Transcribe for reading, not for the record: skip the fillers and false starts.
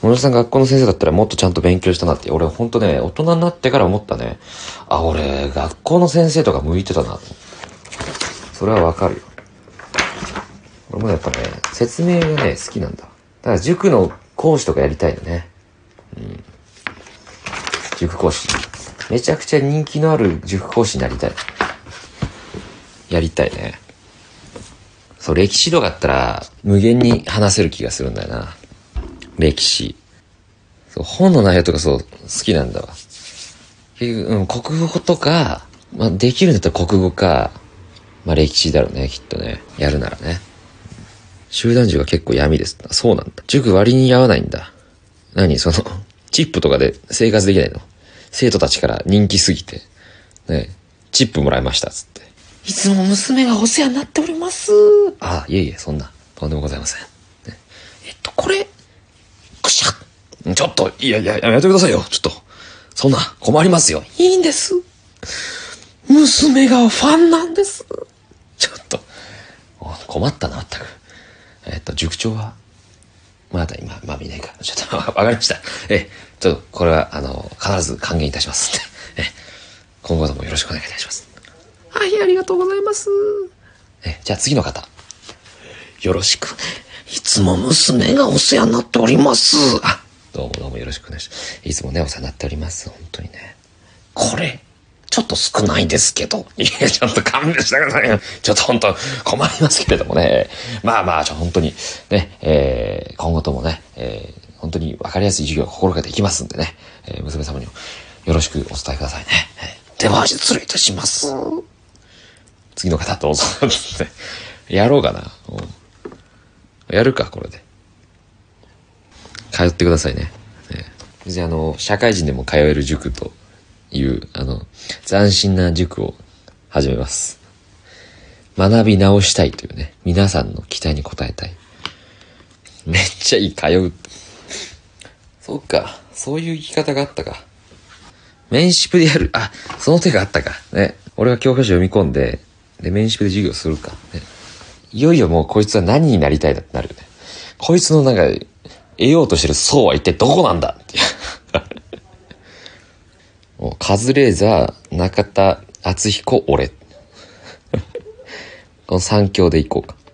小野さん学校の先生だったらもっとちゃんと勉強したなって、俺ほんとね、大人になってから思ったね。あ、俺、学校の先生とか向いてたなと。それはわかるよ。俺もやっぱね、説明がね、好きなんだ。だから塾の講師とかやりたいよね。塾講師。めちゃくちゃ人気のある塾講師になりたい。やりたいね。そう、歴史とかだったら無限に話せる気がするんだよな。歴史。そう、本の内容とかそう好きなんだわ。結局、国語とか、まあ、できるんだったら国語か、まあ、歴史だろうね、きっとね。やるならね。集団塾は結構闇です。そうなんだ。塾割に合わないんだ。何その、チップとかで生活できないの？生徒たちから人気すぎて。ね、チップもらいましたっつって。いつも娘がお世話になっております。あ、いえいえ、そんな。とんでもございません。ね、これ、くしゃちょっと、いや、やめてくださいよ。ちょっと。そんな、困りますよ。いいんです。娘がファンなんです。ちょっと、困ったな、まったく。塾長はまだ今、まあ見ないか。ちょっと、わかりました。ちょっと、これは、必ず還元いたしますんで。今後ともよろしくお願いいたします。はい、ありがとうございます。じゃあ次の方。よろしく。いつも娘がお世話になっております。あ、どうもよろしくお願いします。いつもね、お世話になっております。本当にね。これ、ちょっと少ないですけど。いや、ちょっと勘弁してくださいよ。ちょっと本当困りますけれどもね。まあ、本当に、ね、今後ともね、本当に分かりやすい授業を心がけていきますんでね、娘様にもよろしくお伝えくださいね。では、失礼いたします。次の方どうぞ。やろうかな。やるか、これで。通ってくださいね。別に社会人でも通える塾という、斬新な塾を始めます。学び直したいというね、皆さんの期待に応えたい。めっちゃいい、通うって。そうか、そういう生き方があったか。メンシップでやる、あ、その手があったか。ね。俺は教科書読み込んで、で、メンシップで授業するか。ね。いよいよもうこいつは何になりたいだってなるよね。こいつのなんか、得ようとしてる層は一体どこなんだっていう。もうカズレーザー、中田敦彦、俺。この三強でいこうか。